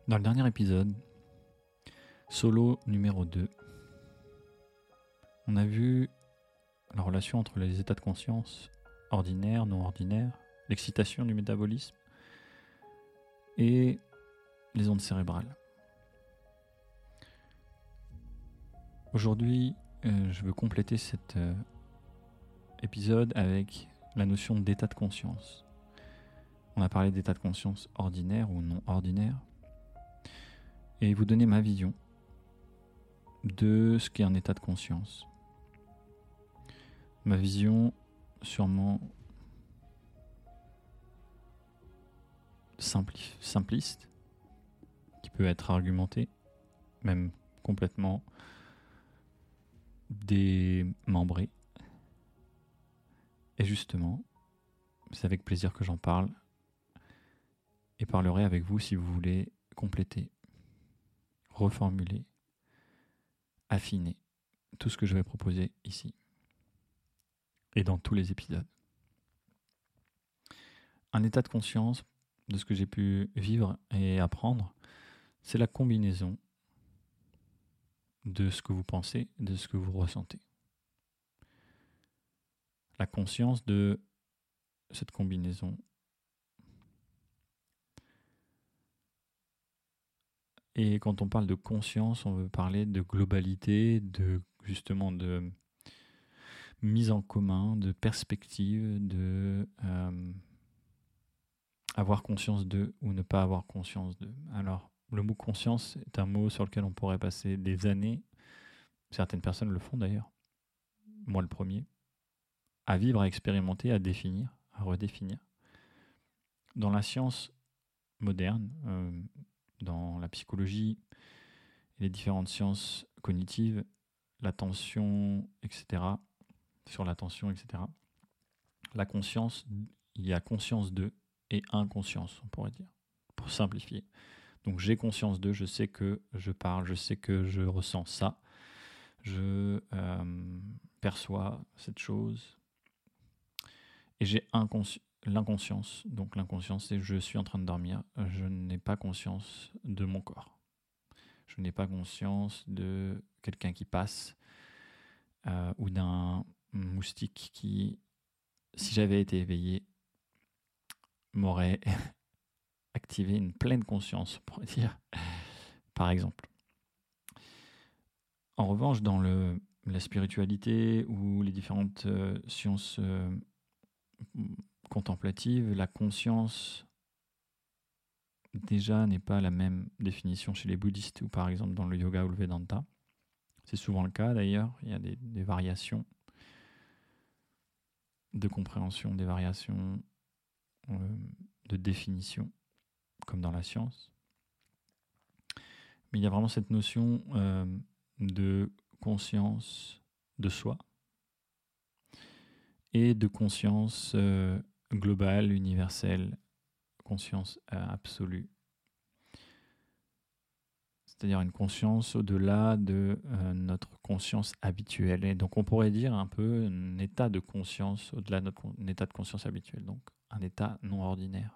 Dans le dernier épisode, solo numéro 2, on a vu la relation entre les états de conscience ordinaires, non ordinaires, l'excitation du métabolisme et les ondes cérébrales. Aujourd'hui, je veux compléter cet épisode avec la notion d'état de conscience. On a parlé d'état de conscience ordinaire ou non ordinaire, et vous donner ma vision de ce qu'est un état de conscience. Ma vision sûrement simpliste, qui peut être argumentée, même complètement démembrée. Et justement, c'est avec plaisir que j'en parle et parlerai avec vous si vous voulez compléter, reformuler, affiner tout ce que je vais proposer ici et dans tous les épisodes. Un état de conscience, de ce que j'ai pu vivre et apprendre, c'est la combinaison de ce que vous pensez, de ce que vous ressentez. La conscience de cette combinaison. Et quand on parle de conscience, on veut parler de globalité, de mise en commun, de perspective, de avoir conscience de ou ne pas avoir conscience de. Alors, le mot conscience est un mot sur lequel on pourrait passer des années. Certaines personnes le font d'ailleurs, moi le premier, à vivre, à expérimenter, à définir, à redéfinir. Dans la science moderne, dans la psychologie et les différentes sciences cognitives, l'attention, etc., sur l'attention, etc., la conscience, il y a conscience de et inconscience, on pourrait dire, pour simplifier. Donc j'ai conscience de, je sais que je parle, je sais que je ressens ça, je perçois cette chose, et j'ai l'inconscience. Donc l'inconscience, c'est je suis en train de dormir, je n'ai pas conscience de mon corps. Je n'ai pas conscience de quelqu'un qui passe ou d'un moustique qui, si j'avais été éveillé, m'aurait activé une pleine conscience, on pourrait dire, par exemple. En revanche, dans la spiritualité ou les différentes sciences contemplatives, la conscience déjà n'est pas la même définition chez les bouddhistes ou par exemple dans le yoga ou le Vedanta. C'est souvent le cas d'ailleurs, il y a des variations de compréhension, des variations de définition, comme dans la science. Mais il y a vraiment cette notion de conscience de soi et de conscience globale, universelle, conscience absolue. C'est-à-dire une conscience au-delà de notre conscience habituelle. Et donc on pourrait dire un peu un état de conscience au-delà de notre état de conscience habituel, donc un état non ordinaire.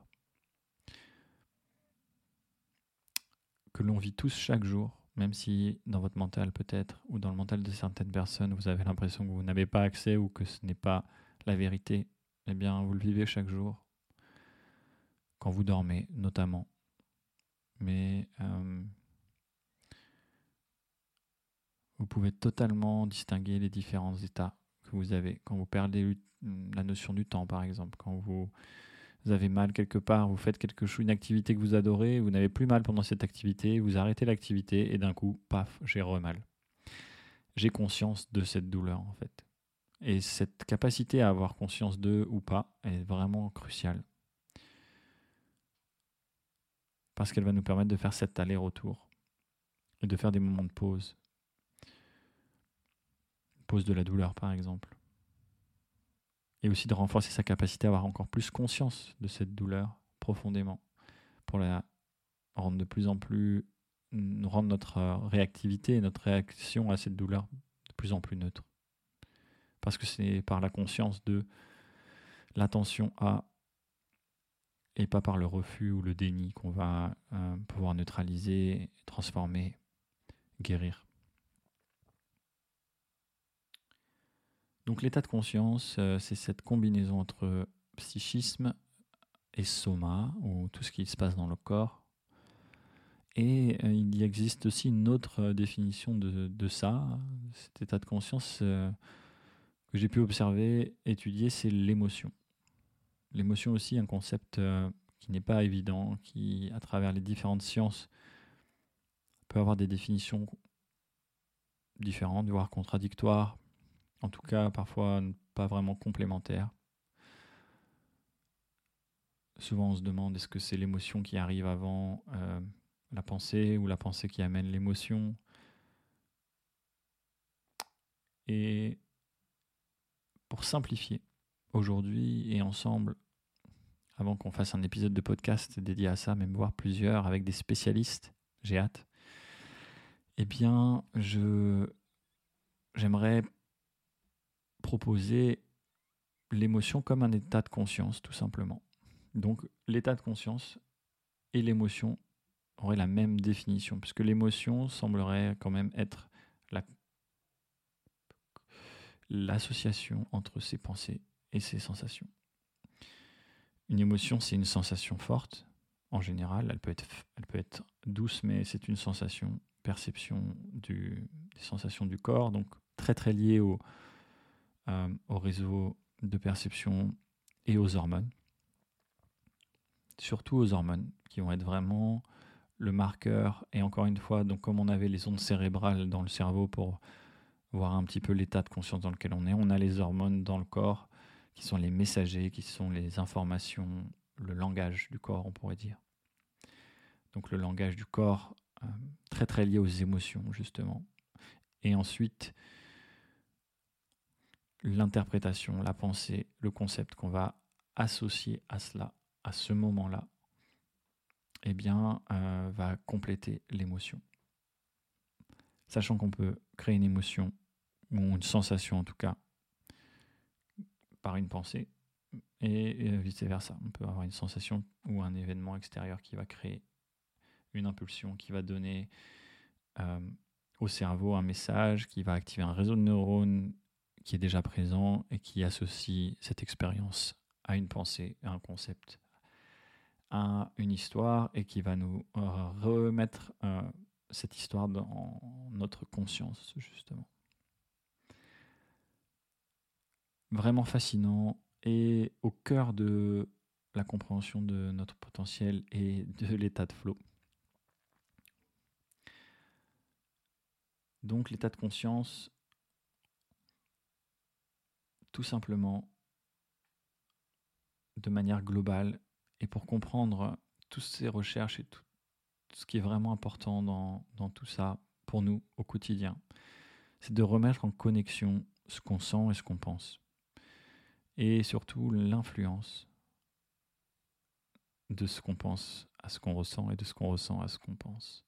Que l'on vit tous chaque jour, même si dans votre mental peut-être, ou dans le mental de certaines personnes, vous avez l'impression que vous n'avez pas accès ou que ce n'est pas la vérité, eh bien vous le vivez chaque jour, quand vous dormez notamment. Mais vous pouvez totalement distinguer les différents états que vous avez. Quand vous perdez la notion du temps, par exemple, quand vous avez mal quelque part, vous faites quelque chose, une activité que vous adorez, vous n'avez plus mal pendant cette activité, vous arrêtez l'activité et d'un coup, paf, j'ai mal. J'ai conscience de cette douleur en fait. Et cette capacité à avoir conscience d'eux ou pas est vraiment cruciale. Parce qu'elle va nous permettre de faire cet aller-retour et de faire des moments de pause. Pause de la douleur par exemple. Et aussi de renforcer sa capacité à avoir encore plus conscience de cette douleur profondément pour la rendre de plus en plus, rendre notre réactivité et notre réaction à cette douleur de plus en plus neutre. Parce que c'est par la conscience de l'attention à et pas par le refus ou le déni qu'on va pouvoir neutraliser, transformer, guérir. Donc l'état de conscience, c'est cette combinaison entre psychisme et soma, ou tout ce qui se passe dans le corps. Et il existe aussi une autre définition de ça, cet état de conscience que j'ai pu observer, étudier, c'est l'émotion. L'émotion aussi, un concept qui n'est pas évident, qui, à travers les différentes sciences, peut avoir des définitions différentes, voire contradictoires, en tout cas parfois pas vraiment complémentaires. Souvent on se demande est-ce que c'est l'émotion qui arrive avant la pensée ou la pensée qui amène l'émotion. Et pour simplifier, aujourd'hui et ensemble, avant qu'on fasse un épisode de podcast dédié à ça, même voire plusieurs avec des spécialistes, j'ai hâte, eh bien j'aimerais proposer l'émotion comme un état de conscience, tout simplement. Donc l'état de conscience et l'émotion auraient la même définition, puisque l'émotion semblerait quand même être l'association entre ses pensées et ses sensations. Une émotion, c'est une sensation forte. En général, elle peut être douce, mais c'est une sensation, perception des sensations du corps, donc très très liée au réseau de perception et aux hormones. Surtout aux hormones, qui vont être vraiment le marqueur. Et encore une fois, donc comme on avait les ondes cérébrales dans le cerveau pour voir un petit peu l'état de conscience dans lequel on a les hormones dans le corps, qui sont les messagers, qui sont les informations, le langage du corps, on pourrait dire. Donc le langage du corps, très très lié aux émotions, justement. Et ensuite, l'interprétation, la pensée, le concept qu'on va associer à cela, à ce moment-là, eh bien, va compléter l'émotion. Sachant qu'on peut créer une émotion, ou une sensation en tout cas, par une pensée, et vice-versa. On peut avoir une sensation ou un événement extérieur qui va créer une impulsion, qui va donner au cerveau un message, qui va activer un réseau de neurones qui est déjà présent et qui associe cette expérience à une pensée, à un concept, à une histoire, et qui va nous remettre cette histoire dans notre conscience, justement. Vraiment fascinant et au cœur de la compréhension de notre potentiel et de l'état de flow. Donc l'état de conscience, tout simplement, de manière globale, et pour comprendre toutes ces recherches et tout ce qui est vraiment important dans tout ça, pour nous, au quotidien, c'est de remettre en connexion ce qu'on sent et ce qu'on pense. Et surtout l'influence de ce qu'on pense à ce qu'on ressent et de ce qu'on ressent à ce qu'on pense.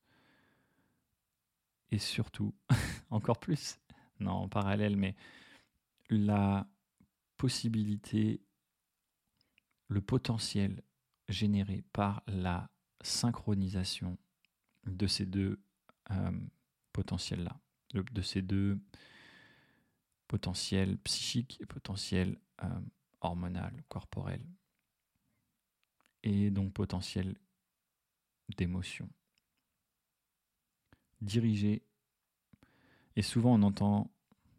Et surtout, encore plus, non en parallèle, mais la possibilité, le potentiel généré par la synchronisation de ces deux potentiels-là, de ces deux potentiels psychiques et potentiels hormonal, corporel, et donc potentiel d'émotion. Dirigé, et souvent on entend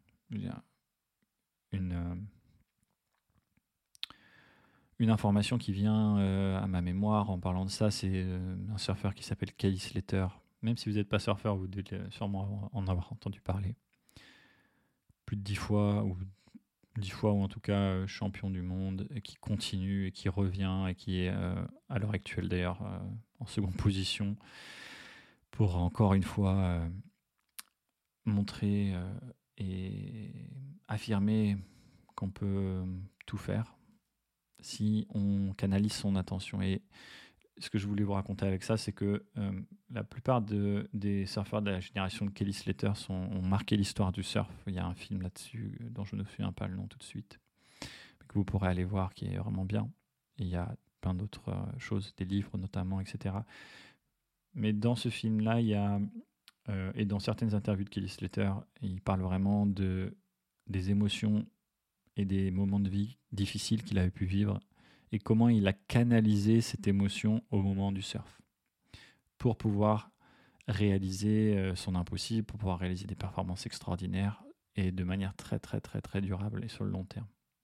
une information qui vient à ma mémoire en parlant de ça, c'est un surfeur qui s'appelle Kelly Slater. Même si vous n'êtes pas surfeur, vous devez sûrement en avoir entendu parler. Plus de 10 fois, ou en tout cas champion du monde, et qui continue et qui revient, et qui est à l'heure actuelle d'ailleurs en seconde position, pour encore une fois montrer et affirmer qu'on peut tout faire si on canalise son attention. Et ce que je voulais vous raconter avec ça, c'est que la plupart des surfeurs de la génération de Kelly Slater ont marqué l'histoire du surf. Il y a un film là-dessus dont je ne me souviens pas le nom tout de suite, mais que vous pourrez aller voir, qui est vraiment bien. Et il y a plein d'autres choses, des livres notamment, etc. Mais dans ce film-là, il y a, et dans certaines interviews de Kelly Slater, il parle vraiment des émotions et des moments de vie difficiles qu'il avait pu vivre et comment il a canalisé cette émotion au moment du surf pour pouvoir réaliser son impossible, pour pouvoir réaliser des performances extraordinaires et de manière très très très très durable et sur le long terme.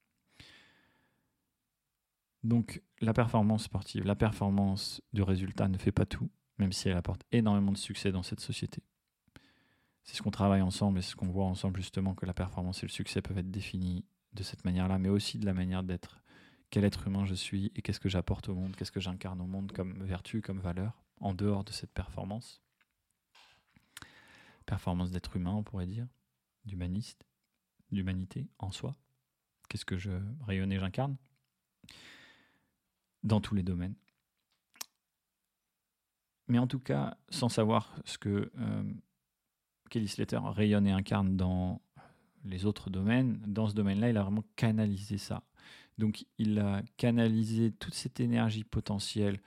Donc la performance sportive, la performance du résultat ne fait pas tout, même si elle apporte énormément de succès dans cette société. C'est ce qu'on travaille ensemble et c'est ce qu'on voit ensemble justement, que la performance et le succès peuvent être définis de cette manière-là, mais aussi de la manière d'être. Quel être humain je suis et qu'est-ce que j'apporte au monde, qu'est-ce que j'incarne au monde comme vertu, comme valeur, en dehors de cette performance. Performance d'être humain, on pourrait dire, d'humanité en soi. Qu'est-ce que je rayonne et j'incarne dans tous les domaines. Mais en tout cas, sans savoir ce que Kelly Slater rayonne et incarne dans les autres domaines, dans ce domaine-là, il a vraiment canalisé ça. Donc, il a canalisé toute cette énergie potentielle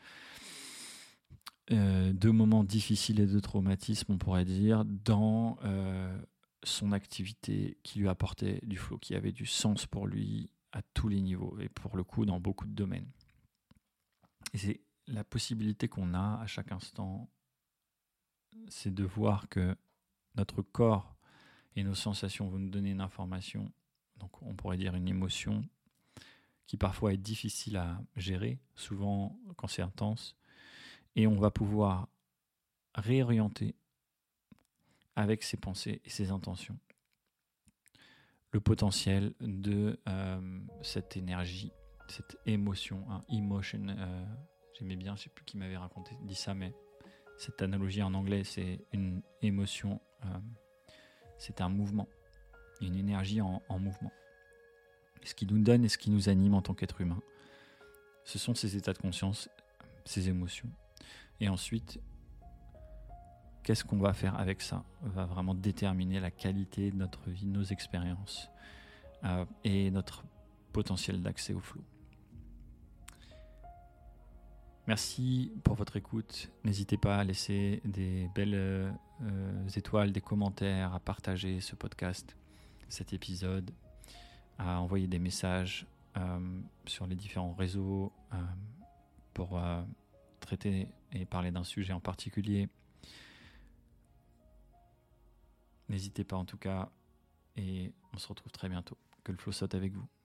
de moments difficiles et de traumatismes, on pourrait dire, dans son activité qui lui apportait du flow, qui avait du sens pour lui à tous les niveaux et pour le coup dans beaucoup de domaines. Et c'est la possibilité qu'on a à chaque instant, c'est de voir que notre corps et nos sensations vont nous donner une information, donc on pourrait dire une émotion, qui parfois est difficile à gérer, souvent quand c'est intense, et on va pouvoir réorienter avec ses pensées et ses intentions le potentiel de cette énergie, cette émotion, emotion. J'aimais bien, je ne sais plus qui m'avait dit ça, mais cette analogie en anglais, c'est une émotion, c'est un mouvement, une énergie en mouvement. Ce qui nous donne et ce qui nous anime en tant qu'être humain, ce sont ces états de conscience, ces émotions. Et ensuite, qu'est-ce qu'on va faire avec ça va vraiment déterminer la qualité de notre vie, nos expériences et notre potentiel d'accès au flow. Merci pour votre écoute. N'hésitez pas à laisser des belles étoiles, des commentaires, à partager ce podcast, cet épisode, à envoyer des messages sur les différents réseaux pour traiter et parler d'un sujet en particulier. N'hésitez pas en tout cas, et on se retrouve très bientôt. Que le flow saute avec vous.